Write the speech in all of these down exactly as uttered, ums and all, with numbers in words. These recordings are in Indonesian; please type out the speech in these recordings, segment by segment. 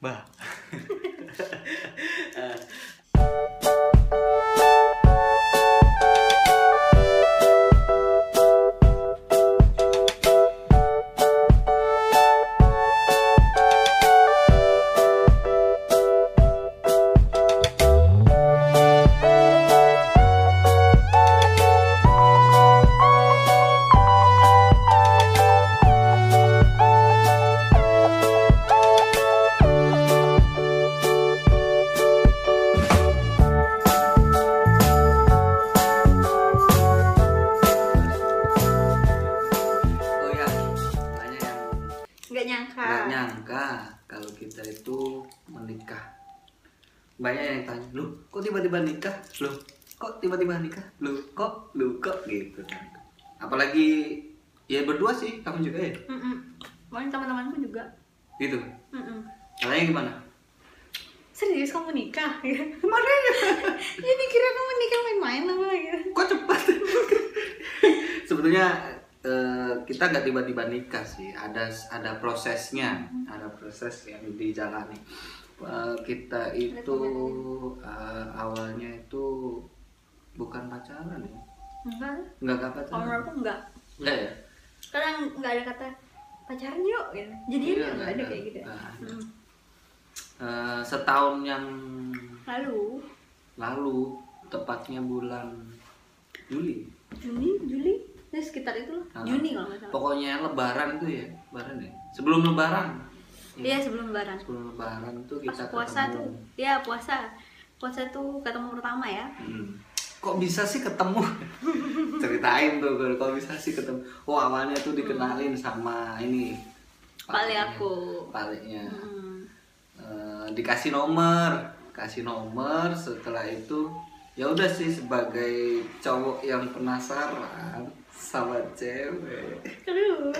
Bah. Nggak nyangka kalau kita itu menikah. Banyak yang tanya, lu kok tiba-tiba nikah? Lu kok tiba-tiba nikah? Lu kok? Lu kok? Gitu. Apalagi ya berdua sih, kamu juga ya? Main teman-temanku juga. Gitu? Mm-mm. Caranya gimana? Serius kamu nikah? Mana ya? Ya dikira kamu nikah main-main apa gitu. Kok cepat? Sebetulnya Uh, kita nggak tiba-tiba nikah sih, ada ada prosesnya, ada proses yang dijalani. Uh, kita itu uh, awalnya itu bukan pacaran ya? Enggak. Enggak nggak pacaran. Kalau aku enggak. Enggak ya? Karena nggak ada kata pacaran yuk, gitu. Jadi Iya, nggak ada kayak gitu. Nah, Hmm. uh, setahun yang Lalu. lalu, tepatnya bulan Juli. Juni, Juli, ya sekitar itu lah. Nah, Juni kalau nggak salah. Pokoknya Lebaran itu ya, Lebaran ya. Sebelum Lebaran. Iya sebelum Lebaran. Sebelum Lebaran tuh Pas kita puasa ketemu. tuh, ya puasa, puasa tuh ketemu pertama ya. Hmm. Kok bisa sih ketemu? Ceritain tuh, kok bisa sih ketemu? Oh awalnya tuh dikenalin sama ini. Pale aku. Palenya. Hmm. Uh, dikasih nomor, kasih nomor. Setelah itu ya udah sih sebagai cowok yang penasaran sama cewek. Aduh.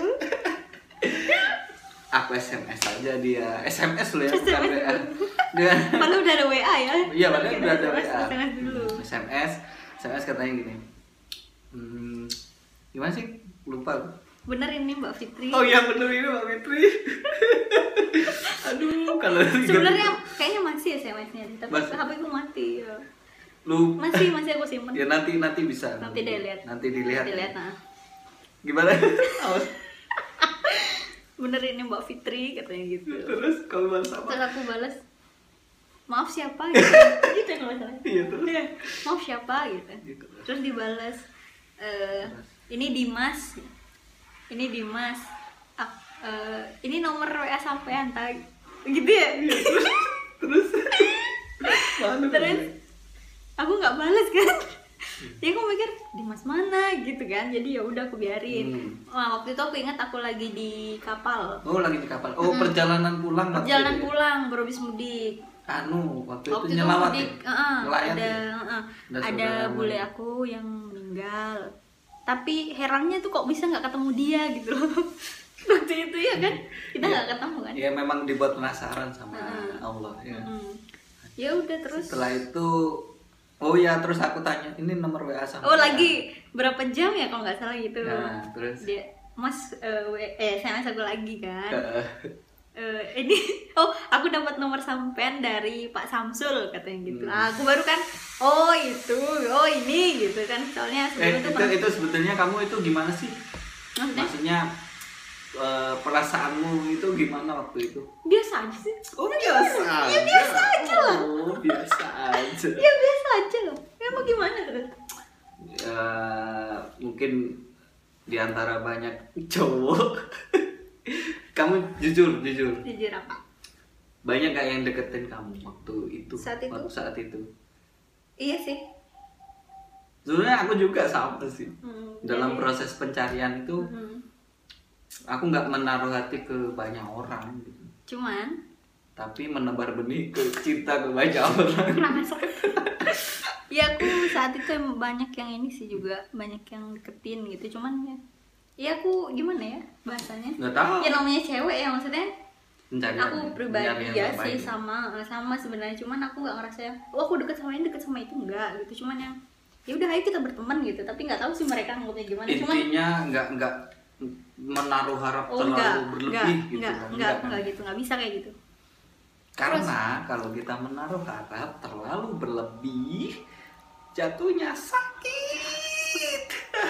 Aku S M S aja dia, S M S loh ya, bukan W A. Dia, Padahal udah ada W A ya? iya padahal udah ada W A. S M S dulu. S M S, S M S katanya gini. Hmm, gimana sih? Lupa. Bener ini Mbak Fitri. Oh iya bener ini Mbak Fitri. Aduh, kalau sebenarnya kayaknya masih S M S-nya, tapi Masih. H P ku mati. Ya. lu Masih masih aku simpen. ya nanti nanti bisa. Nanti deh lihat. Nanti dilihat. Nanti lihat nah. Gimana? Awas. Bener ini Mbak Fitri katanya gitu. Terus kalau balas apa? Terus aku balas, maaf siapa gitu. Gitu kalau nggak salah. Iya terus. Iya, maaf siapa gitu. Gitu. Terus dibalas, eh ini Dimas, ini Dimas. Ah, eh, ini nomor W A sampean tag, gitu ya. Iya, terus terus. Mana Terus namanya? aku nggak balas kan. Ya aku mikir Dimas mana gitu kan. Jadi ya udah aku biarin. Hmm. Nah, waktu itu aku ingat aku lagi di kapal. Oh lagi di kapal. Oh perjalanan pulang waktu Perjalanan itu ya? pulang baru habis mudik. Anu waktu, Waktu itu itu nyelawat mudik, ya? uh-uh, Nelayan ada ya? uh-uh, Ada ada saudara bule mana? aku yang meninggal. Tapi herannya tuh kok bisa nggak ketemu dia gitu loh. Waktu itu ya kan kita nggak ketemu kan. Ya memang dibuat penasaran sama Hmm. Allah ya. Hmm. Ya udah terus. Setelah itu, oh ya terus aku tanya, ini nomor W A sama. Oh lagi berapa jam ya kalau nggak salah gitu. Nah terus. Dia Mas eh, W- eh S M S aku lagi kan. Eh, Eh, ini oh aku dapat nomor sampean dari Pak Samsul katanya gitu. Hmm. Nah, aku baru kan oh itu oh ini gitu kan soalnya eh, sebelum itu, itu pernah- itu sebetulnya kamu itu gimana sih? Maksudnya? Maksudnya eh, perasaanmu itu gimana waktu itu? Biasa aja sih. Oh biasa aja. Ya biasa aja lah. Oh biasa aja. Ya biasa aja loh. Ya mau gimana terus? Ya, mungkin di antara banyak cowok kamu jujur jujur Jujur apa? banyak gak yang deketin kamu waktu itu Saat itu? waktu saat itu Iya sih. sebenarnya aku juga sama sih Hmm, dalam jadi- proses pencarian itu Hmm. aku nggak menaruh hati ke banyak orang gitu. Cuman Tapi menebar benih ke cinta ke banyak orang. masuk. Ya aku saat itu emang banyak yang ini sih juga banyak yang deketin gitu cuman ya ya aku gimana ya bahasanya Nggak tahu. ya namanya cewek ya maksudnya Mencari aku yang- pribadi mencari yang ya terbaik sih ya. sama sama sebenarnya cuman aku nggak ngerasa yang oh aku deket sama ini deket sama itu enggak gitu cuman yang ya udah ayo kita berteman gitu tapi nggak tahu sih mereka anggapnya gimana cuman Intinya nggak nggak menaruh harap oh terlalu enggak berlebih enggak gitu enggak kan. enggak kan? enggak gitu nggak bisa kayak gitu Karena kalau kita menaruh harap terlalu berlebih, jatuhnya sakit.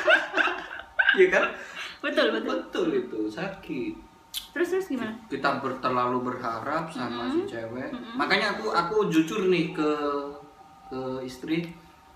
Iya kan? Betul, betul. Betul itu, sakit. Terus terus gimana? Kita ber, terlalu berharap sama Mm-mm. si cewek. Mm-mm. Makanya aku aku jujur nih ke ke istri.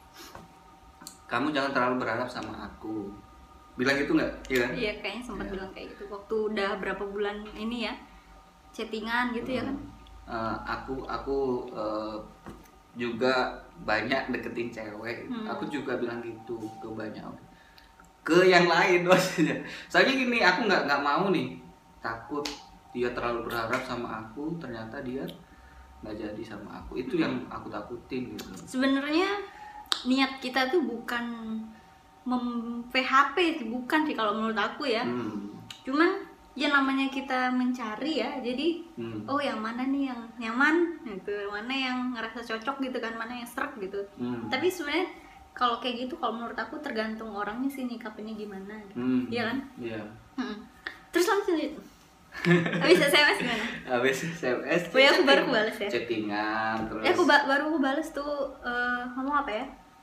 Kamu jangan terlalu berharap sama aku. Bilang gitu nggak? Iya kan? Iya, kayaknya sempat Iya. bilang kayak gitu. Waktu udah berapa bulan ini ya, chattingan gitu ya kan? Eh, aku aku eh, juga banyak deketin cewek. Hmm. Aku juga bilang gitu ke banyak ke yang lain maksudnya. Soalnya gini, aku nggak nggak mau nih, takut dia terlalu berharap sama aku, ternyata dia nggak jadi sama aku. Itu yang aku takutin gitu. Sebenarnya niat kita tuh bukan mem-P H P, bukan sih kalau menurut aku ya. Hmm. Cuman ya namanya kita mencari ya, jadi Hmm. oh yang mana nih yang nyaman gitu, mana yang ngerasa cocok gitu kan, mana yang serak gitu. Hmm. Tapi sebenarnya kalau kayak gitu, kalau menurut aku tergantung orangnya sih nyikapinnya gimana gitu. Hmm. Iya kan? Iya. Mm-mm. Terus lanjut lanjut. Habis S M S gimana? Habis S M S. Oh ya, aku baru aku balas ya. Chattingan terus. Ya aku ba- baru aku balas tuh eh, ngomong apa ya?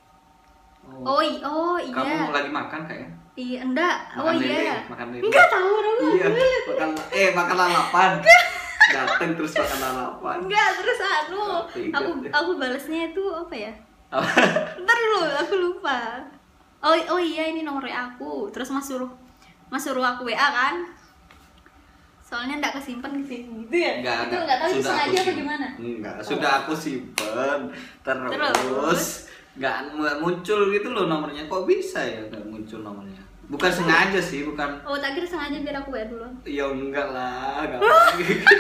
Oh, Oh, i- oh iya. kamu lagi makan kayaknya? Iya, enggak. Oh Makan lele, iya. makan lele. Enggak tahu dong. Iya, makan eh makan lalapan. Dateng terus makan lalapan. Enggak, terus anu, Ingat aku deh. aku balasnya itu apa ya? Apa? Ntar dulu, aku lupa. Oh, oh iya, ini nomor W A aku. Terus Mas suruh Mas suruh aku W A kan? Soalnya enggak kesimpan sih gitu ya. Enggak, Itu enggak tahu itu Sudah aku sengaja apa sim- gimana. Enggak, sudah aku simpen. Terus, Terus? nggak nggak muncul gitu loh nomornya. Kok bisa ya nggak muncul nomornya? Bukan sengaja sih, bukan. Oh, tak kira sengaja biar aku W A dulu. Ya enggak lah, enggak apa.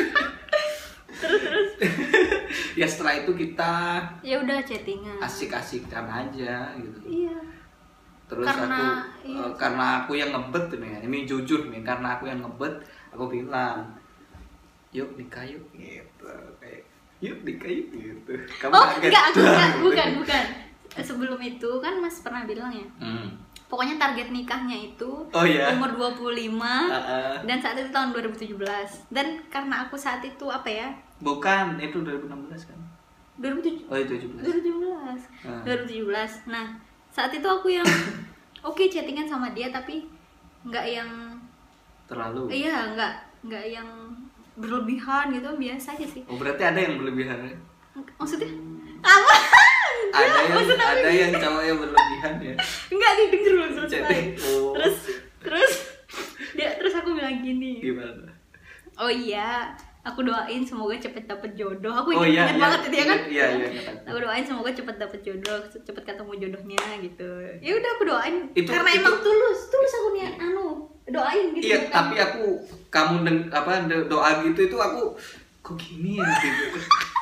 Terus terus. Ya setelah itu kita Ya udah chattingan. asik-asikan aja gitu. Iya. Terus Karena- aku iya. eh, karena aku yang ngebet nih ya. Ini jujur nih, karena aku yang ngebet, aku bilang, "Yuk nikah yuk." gitu. Kayak, "Yuk nikah yuk." gitu. Kamu Oh, kaget. enggak, aku enggak, Gitu. bukan, bukan. Sebelum itu kan Mas pernah bilang ya. Hmm. Pokoknya target nikahnya itu Oh iya. umur dua puluh lima Heeh. dan saat itu tahun dua ribu tujuh belas. Dan karena aku saat itu apa ya? Bukan, itu dua ribu enam belas kan? dua ribu tujuh Oh, itu tujuh belas. dua ribu tujuh belas. Ah. dua ribu tujuh belas. Nah, saat itu aku yang oke chattingan sama dia tapi nggak yang Terlalu. iya, nggak nggak yang berlebihan gitu, biasa aja sih. Oh, berarti ada yang berlebihan ya? Maksudnya apa? Ada yang maksud aku ada yang cowok yang berlebihan ya. Enggak, didengar dulu selesai. Chatting. Oh. Terus terus dia terus aku bilang gini. Gimana? Oh iya, aku doain semoga cepet dapet jodoh. Aku Oh, ingat, iya, ingat iya. banget itu ya kan? Ingat, iya, iya, ingat. Aku doain semoga cepet dapet jodoh, cepet ketemu jodohnya gitu. Ya udah aku doain Itu- karena itu- emang tulus, tulus aku niat anu doain gitu. Iya, bukan- tapi aku kamu deng, apa do- doa gitu itu aku kok gini ya gitu.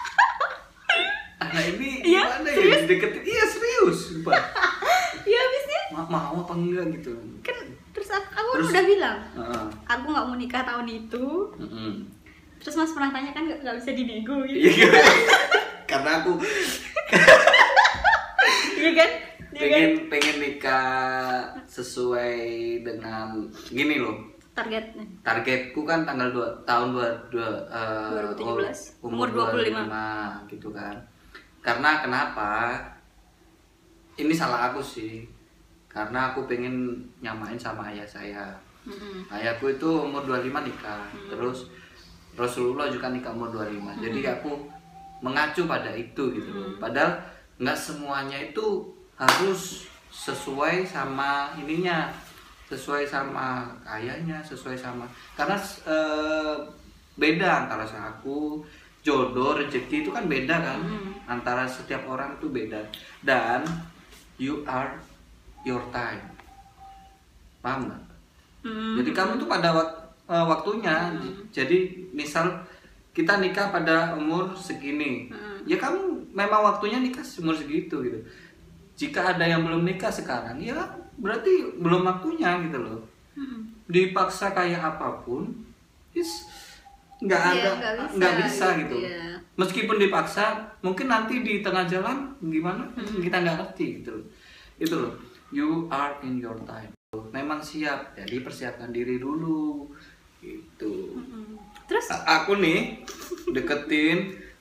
Anak ini Iya, gimana ya serius? dideketin? Iya serius, sumpah. ya habisnya Ma- mau apa enggak gitu. kan terus aku, aku kan Terus- udah bilang Heeh. aku nggak mau nikah tahun itu. Heeh. Terus Mas pernah tanya kan nggak nggak bisa dinego gitu. Iya. Karena aku Iya kan? Iya kan? pengen pengen nikah sesuai dengan gini loh. Targetnya. Targetku kan tanggal dua tahun dua, dua, eh, dua ribu tujuh belas. um- Umur dua puluh lima. gitu kan. Karena kenapa? Ini salah aku sih. Karena aku pengen nyamain sama ayah saya. Mm-mm. Ayahku itu umur dua puluh lima nikah. Hmm. Terus Rasulullah juga nikah umur dua puluh lima. Jadi aku mengacu pada itu gitu loh. Hmm. Padahal nggak semuanya itu harus sesuai sama ininya, sesuai sama ayahnya, sesuai sama karena eh, beda antara sama aku jodoh rezeki itu kan beda kan. Hmm. Antara setiap orang itu beda dan you are your time, paham nggak? Mm. Jadi kamu tuh pada wak- eh, waktunya. Jadi misal kita nikah pada umur segini, Hmm. ya kamu memang waktunya nikah umur segitu gitu. Jika ada yang belum nikah sekarang, ya berarti belum waktunya gitu loh. Mm-mm. Dipaksa kayak apapun, is nggak Iya, ada, nggak bisa, nggak bisa gitu, gitu. iya. Meskipun dipaksa, mungkin nanti di tengah jalan gimana Hmm. kita nggak ngerti gitu loh. Itu loh, you are in your time. Memang siap, jadi persiapkan diri dulu gitu. Mm-mm. Terus A- aku nih deketin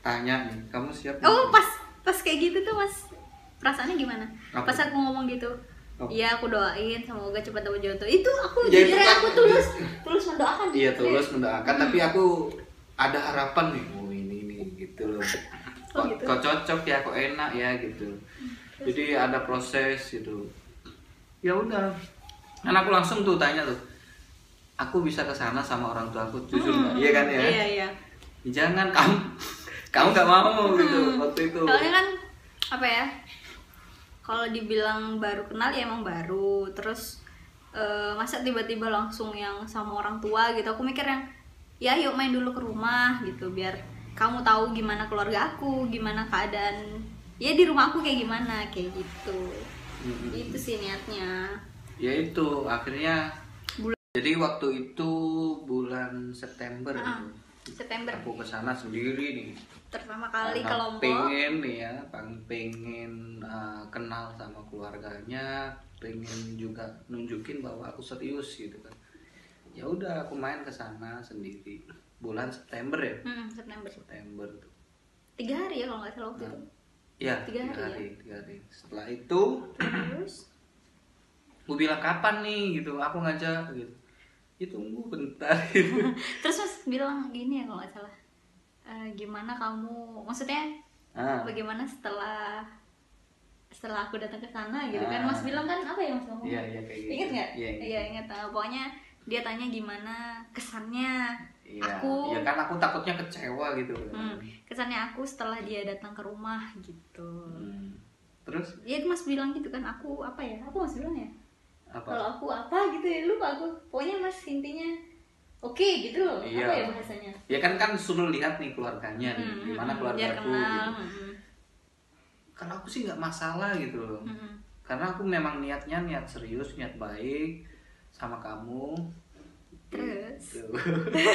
tanya nih, kamu siap? Oh pas pas kayak gitu tuh mas perasaannya gimana? Apa? Pas aku ngomong gitu, Oh. iya aku doain semoga cepat dapat jodoh. Itu aku Ya, itu jujur kan- aku tulus tulus mendoakan. Iya jujur. tulus mendoakan, Hmm. tapi aku ada harapan nih, oh ini nih gitu loh. Oh, Kok, gitu? kok cocok ya, kok enak ya gitu. Jadi ada proses gitu. Ya udah, kan aku langsung tuh tanya tuh, aku bisa ke sana sama orang tua aku, jujur nggak? Iya kan ya? Iya iya. Jangan kamu, kamu nggak mau gitu waktu itu. Soalnya kan apa ya? Kalau dibilang baru kenal ya emang baru. Terus eh, masa tiba-tiba langsung yang sama orang tua gitu. Aku mikir yang ya yuk main dulu ke rumah gitu biar kamu tahu gimana keluarga aku, gimana keadaan ya di rumah aku kayak gimana kayak gitu. Mm-mm. Itu sih niatnya. Ya itu akhirnya. Bulan- Jadi waktu itu bulan September. Ah, gitu. September Aku kesana sendiri nih. pertama kali ke Karena Lombok. pengen nih ya, peng- pengen uh, kenal sama keluarganya, pengen juga nunjukin bahwa aku serius gitu kan. Ya udah aku main ke sana sendiri. Bulan September ya. Hmm, September. September tuh. Tiga hari ya kalau nggak salah waktu itu. Iya, Tiga tiga hari hari, tiga hari. Setelah itu, Terus aku bilang kapan nih gitu, aku ngajak gitu. Ya tunggu bentar gitu. terus mas bilang gini ya kalau nggak salah. "Eh, gimana kamu maksudnya Ah, bagaimana setelah setelah aku datang ke sana gitu kan Ah. mas bilang kan apa ya mas ngomong iya iya kayak gitu. ingat nggak Iya, ingat. iya ingat. Nah, pokoknya dia tanya gimana kesannya Iya, aku ya kan aku takutnya kecewa gitu kan. hmm, kesannya aku setelah dia datang ke rumah gitu. Hmm. Terus Ya mas bilang gitu kan aku apa ya aku mas bilang ya apa? kalau aku apa gitu ya lupa aku pokoknya mas intinya oke gitu loh Iya. apa ya bahasanya. Ya kan kan suruh lihat nih keluarganya nih, Hmm, gimana hmm, keluarga biar aku kenal. gitu. Hmm, Kalau aku sih nggak masalah gitu loh. hmm, hmm. Karena aku memang niatnya niat serius, niat baik sama kamu. Terus? Gitu.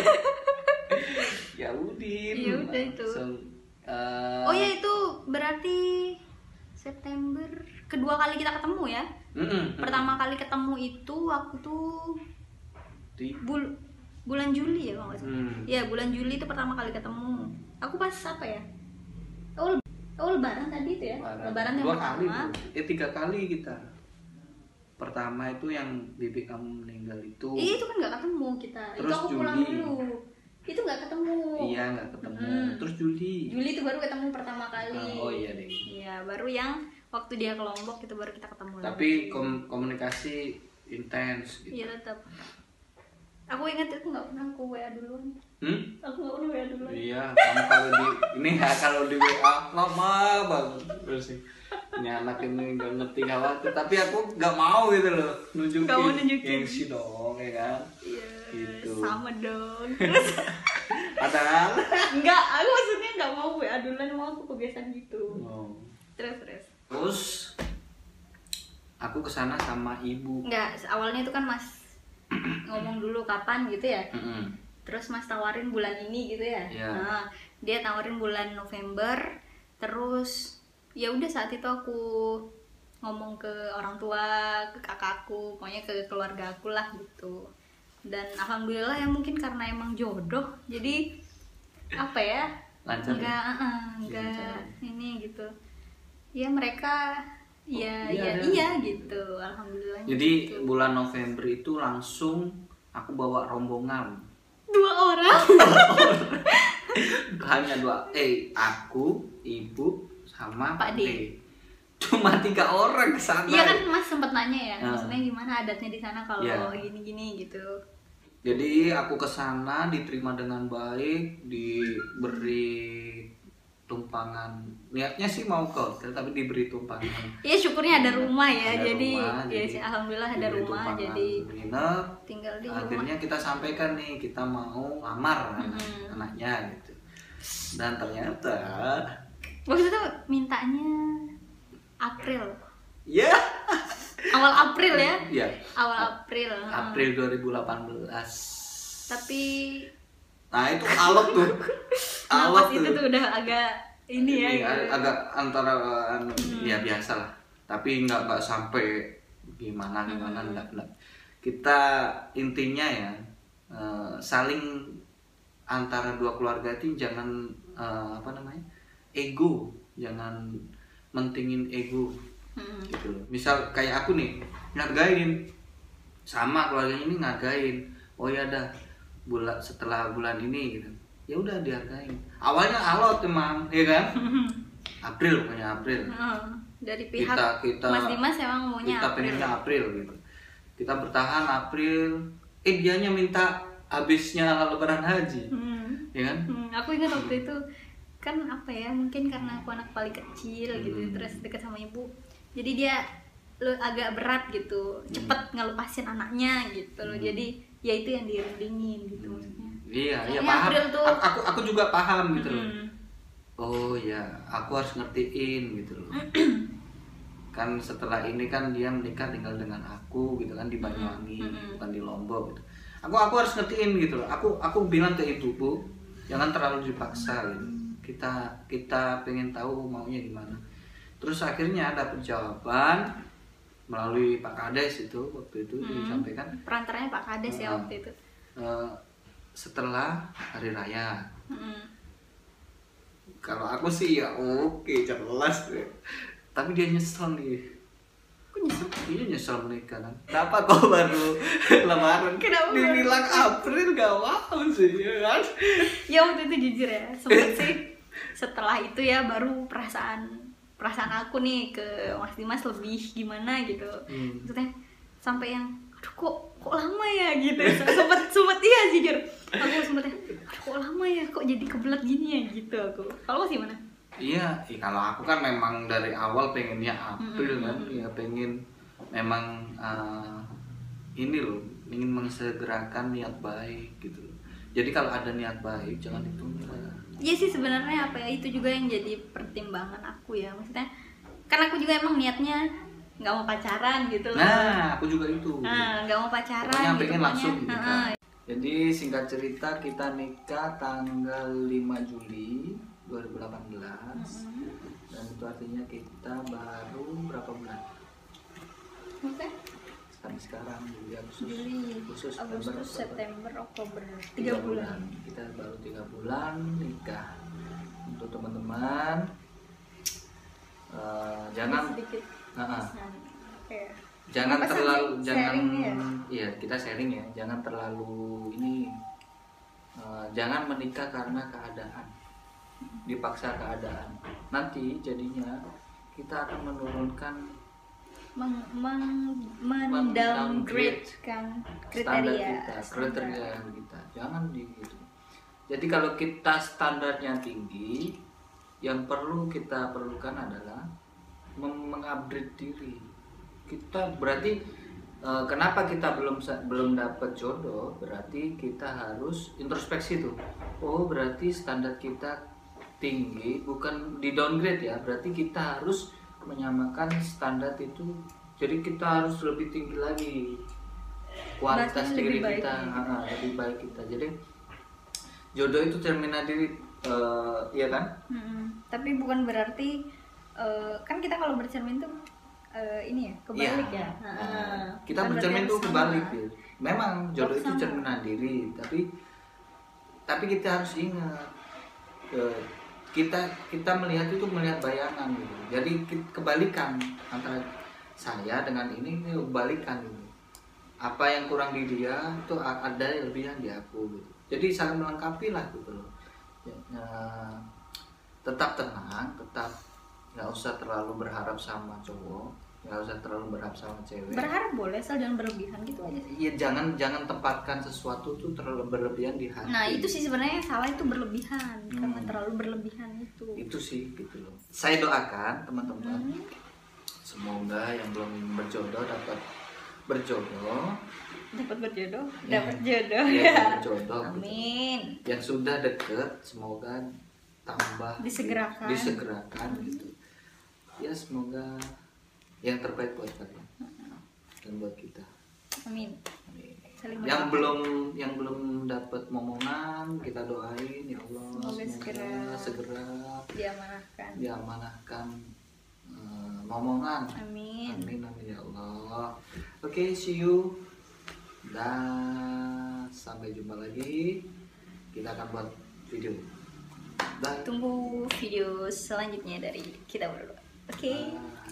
Ya udin. Ya udah itu. Langsung, eh, Oh ya itu berarti September kedua kali kita ketemu ya. mm-mm, Pertama kali ketemu itu waktu tuh di bul bulan Juli ya kalau nggak salah. Hmm. Ya bulan Juli itu pertama kali ketemu. Aku pas apa ya? Oh, leb- oh lebaran tadi itu ya. Lebaran yang dua pertama. kali bro. eh tiga kali kita. Pertama itu yang bibi kamu meninggal itu. Iya itu kan nggak ketemu kita. Terus itu aku pulang Juli. dulu. Itu nggak ketemu. Iya nggak ketemu. Hmm. Terus Juli. Juli itu baru ketemu pertama kali. Ah, oh iya deh. Iya baru yang waktu dia ke Lombok itu baru kita ketemu. Tapi lagi. kom- komunikasi intens gitu. Iya tetap. Aku ingat itu nggak pernah aku W A duluan. Hmm? Aku nggak pernah W A duluan. Iya, kamu kalau di ini ya kalau di W A lama banget terus sih. Ini anak ini nggak ngerti khawatir, tapi aku nggak mau gitu loh nunjukin. Nggak mau nunjukin. Gengsi dong ya kan. Iya. Gitu. Sama dong. Terus Padahal. nggak, aku maksudnya nggak mau W A duluan, mau aku kebiasaan gitu. Oh. Terus terus. Terus aku kesana sama ibu. Nggak, awalnya itu kan Mas ngomong dulu kapan gitu ya. Mm-mm. Terus Mas tawarin bulan ini gitu ya. Iya. Nah, dia tawarin bulan November. Terus ya udah saat itu aku ngomong ke orang tua, ke kakakku, pokoknya ke keluarga aku lah gitu. Dan alhamdulillah ya mungkin karena emang jodoh. Jadi apa ya? Lancar ya? Enggak, uh, Iya, enggak lancar. ini gitu. Ya mereka ya Oh, iya, ya ada. iya gitu. Alhamdulillah. Jadi gitu. bulan November itu langsung aku bawa rombongan. Dua orang. Hanya dua, eh aku, ibu, sama Pak D. D. Cuma tiga orang ke sana. Iya kan Mas sempat nanya ya, Ah. maksudnya gimana adatnya di sana kalau Iya. gini-gini gitu. Jadi aku ke sana diterima dengan baik, diberi tumpangan. Niatnya sih mau ke hotel tapi diberi tumpangan. Iya syukurnya ada rumah ya, Ada jadi rumah, ya jadi sih alhamdulillah ada diberi rumah, tumpangan jadi nginep. tinggal di rumah. Akhirnya kita sampaikan nih kita mau lamar anak- Mhm. anaknya gitu. Dan ternyata Waktu itu mintanya April, ya awal April ya, ya awal April. April dua ribu delapan belas. Tapi Nah itu alot tuh. nah, Alot pas itu tuh udah agak ini ya. Ini gitu. ag- agak antara uh, anu, ya biasa lah. Tapi nggak nggak sampai gimana gimana Hmm. enggak, enggak. Kita intinya ya uh, saling antara dua keluarga itu jangan eh, apa namanya ego, jangan mentingin ego Hmm. gitu loh. Misal kayak aku nih ngargain sama keluarganya ini ngargain, oh ya dah bulan setelah bulan ini gitu, ya udah dihargain. Awalnya alot emang, ya kan? April pokoknya April. Hmm. Dari pihak Kita kita Mas Dimas emang maunya kita April. pengennya April gitu. Kita bertahan April, eh dianya minta habisnya lebaran haji, Hmm. ya kan? Hmm, aku ingat waktu itu kan apa ya, mungkin karena aku anak paling kecil gitu, Hmm. terus dekat sama ibu, jadi dia lo agak berat gitu, cepet ngelepasin anaknya gitu loh. Hmm. Jadi ya itu yang dirundingin gitu maksudnya. Iya, iya Kayaknya paham. April tuh- Aku, aku aku juga paham gitu loh. Hmm. Oh ya, aku harus ngertiin gitu loh. Kan setelah ini kan dia menikah tinggal dengan aku gitu kan di Banyuwangi, Mm-mm. bukan di Lombok gitu. Aku aku harus ngertiin gitu loh. Aku aku bilang ke ibu, Bu, jangan terlalu dipaksa gitu. Kita kita pengen tahu maunya gimana. Terus akhirnya dapat jawaban melalui Pak Kades itu waktu itu Hmm. disampaikan Perantaranya Pak Kades ya Ah. waktu itu. eh, setelah hari raya. Hmm. Kalau aku sih ya oke jelas deh. Tapi dia nyesel nih. Aku nyesel. Iya nyesel menikah kan. Kenapa kok baru lebaran? Kenapa? Dibilang April gak mau sih ya kan? Ya waktu itu jujur ya, sempet sih setelah itu ya baru perasaan perasaan aku nih ke Mas Dimas lebih gimana gitu. Hmm. Maksudnya sampai yang aduh kok kok lama ya gitu. Sempet sempet iya jujur. Aku sempetnya aduh kok lama ya, kok jadi kebelet gini ya gitu aku. Kalau masih mana? Iya, iya, kalau aku kan memang dari awal pengennya April Mm-mm. kan, ya pengen memang eh, ini loh, ingin mensegerakan niat baik gitu loh. Jadi kalau ada niat baik jangan ditunda. Iya sih sebenarnya apa ya, itu juga yang jadi pertimbangan aku ya, maksudnya kan aku juga emang niatnya nggak mau pacaran gitu loh. Nah, aku juga itu. Nah, nggak mau pacaran Pokoknya gitu, pengen langsung pokoknya. nikah. Heeh. Jadi singkat cerita kita nikah tanggal lima Juli dua ribu delapan belas. Mm-mm. Dan itu artinya kita baru berapa bulan? Maksudnya Sampai sekarang Juli, Agustus, Juli, Agustus, Agustus, September, September, Oktober, tiga tiga bulan. Kita baru tiga bulan nikah. Untuk teman-teman eh, jangan sedikit Nah, pesan. Kayak jangan pesan terlalu sih, jangan sharing ya. iya kita sharing ya, jangan terlalu ini eh, jangan menikah karena keadaan, dipaksa keadaan, nanti jadinya kita akan menurunkan meng, meng, men Men- downgrade kan standar kriteria kita, standar. kriteria kita, jangan di gitu. Jadi kalau kita standarnya tinggi, yang perlu kita perlukan adalah mem- mengupgrade diri. Kita berarti eh, kenapa kita belum sa- belum dapat jodoh? Berarti kita harus introspeksi tuh. Oh, berarti standar kita tinggi, bukan di downgrade ya. Berarti kita harus menyamakan standar itu. Jadi kita harus lebih tinggi lagi kualitas Berarti diri lebih baik kita, ya. ha, ha, lebih baik kita. Jadi jodoh itu cerminan diri, eh, iya kan? Mm-mm. Tapi bukan berarti eh, kan kita kalau bercermin tuh eh, ini ya kebalik Iya. ya. Nah, Heeh. kita Bukan bercermin berarti tuh harus kebalik sama. ya. Memang jodoh Harus itu sama. cerminan diri, tapi tapi kita harus ingat eh, kita kita melihat itu melihat bayangan gitu. Jadi ki- kebalikan antara saya dengan ini ini kebalikan gitu. Apa yang kurang di dia itu a- ada yang lebih yang di aku gitu. Jadi saling melengkapi lah gitu loh. Ya, eh, tetap tenang, tetap nggak usah terlalu berharap sama cowok, nggak usah terlalu berharap sama cewek. Berharap boleh, asal jangan berlebihan gitu aja sih. Iya, jangan jangan tempatkan sesuatu tuh terlalu berlebihan di hati. Nah itu sih sebenarnya yang salah itu berlebihan, Hmm. karena terlalu berlebihan itu. Itu sih gitu loh. Saya doakan teman-teman, Hmm. semoga yang belum berjodoh dapat berjodoh, Dapat berjodoh, Ya. dapat jodoh. ya berjodoh. gitu. Amin. Yang sudah deket semoga tambah Disegerakan. disegerakan gitu. Ya semoga yang terbaik buat kalian dan buat kita. Amin. Amin. Saling Yang mendoakan. belum yang belum dapat momongan kita doain ya Allah Semoga segera. segera Diamanahkan. diamanahkan eh, momongan. Amin. Amin amin ya Allah. Oke, see you dan sampai jumpa lagi. kita akan buat video. Bye. Tunggu video selanjutnya dari kita berdua. Oke. Bye.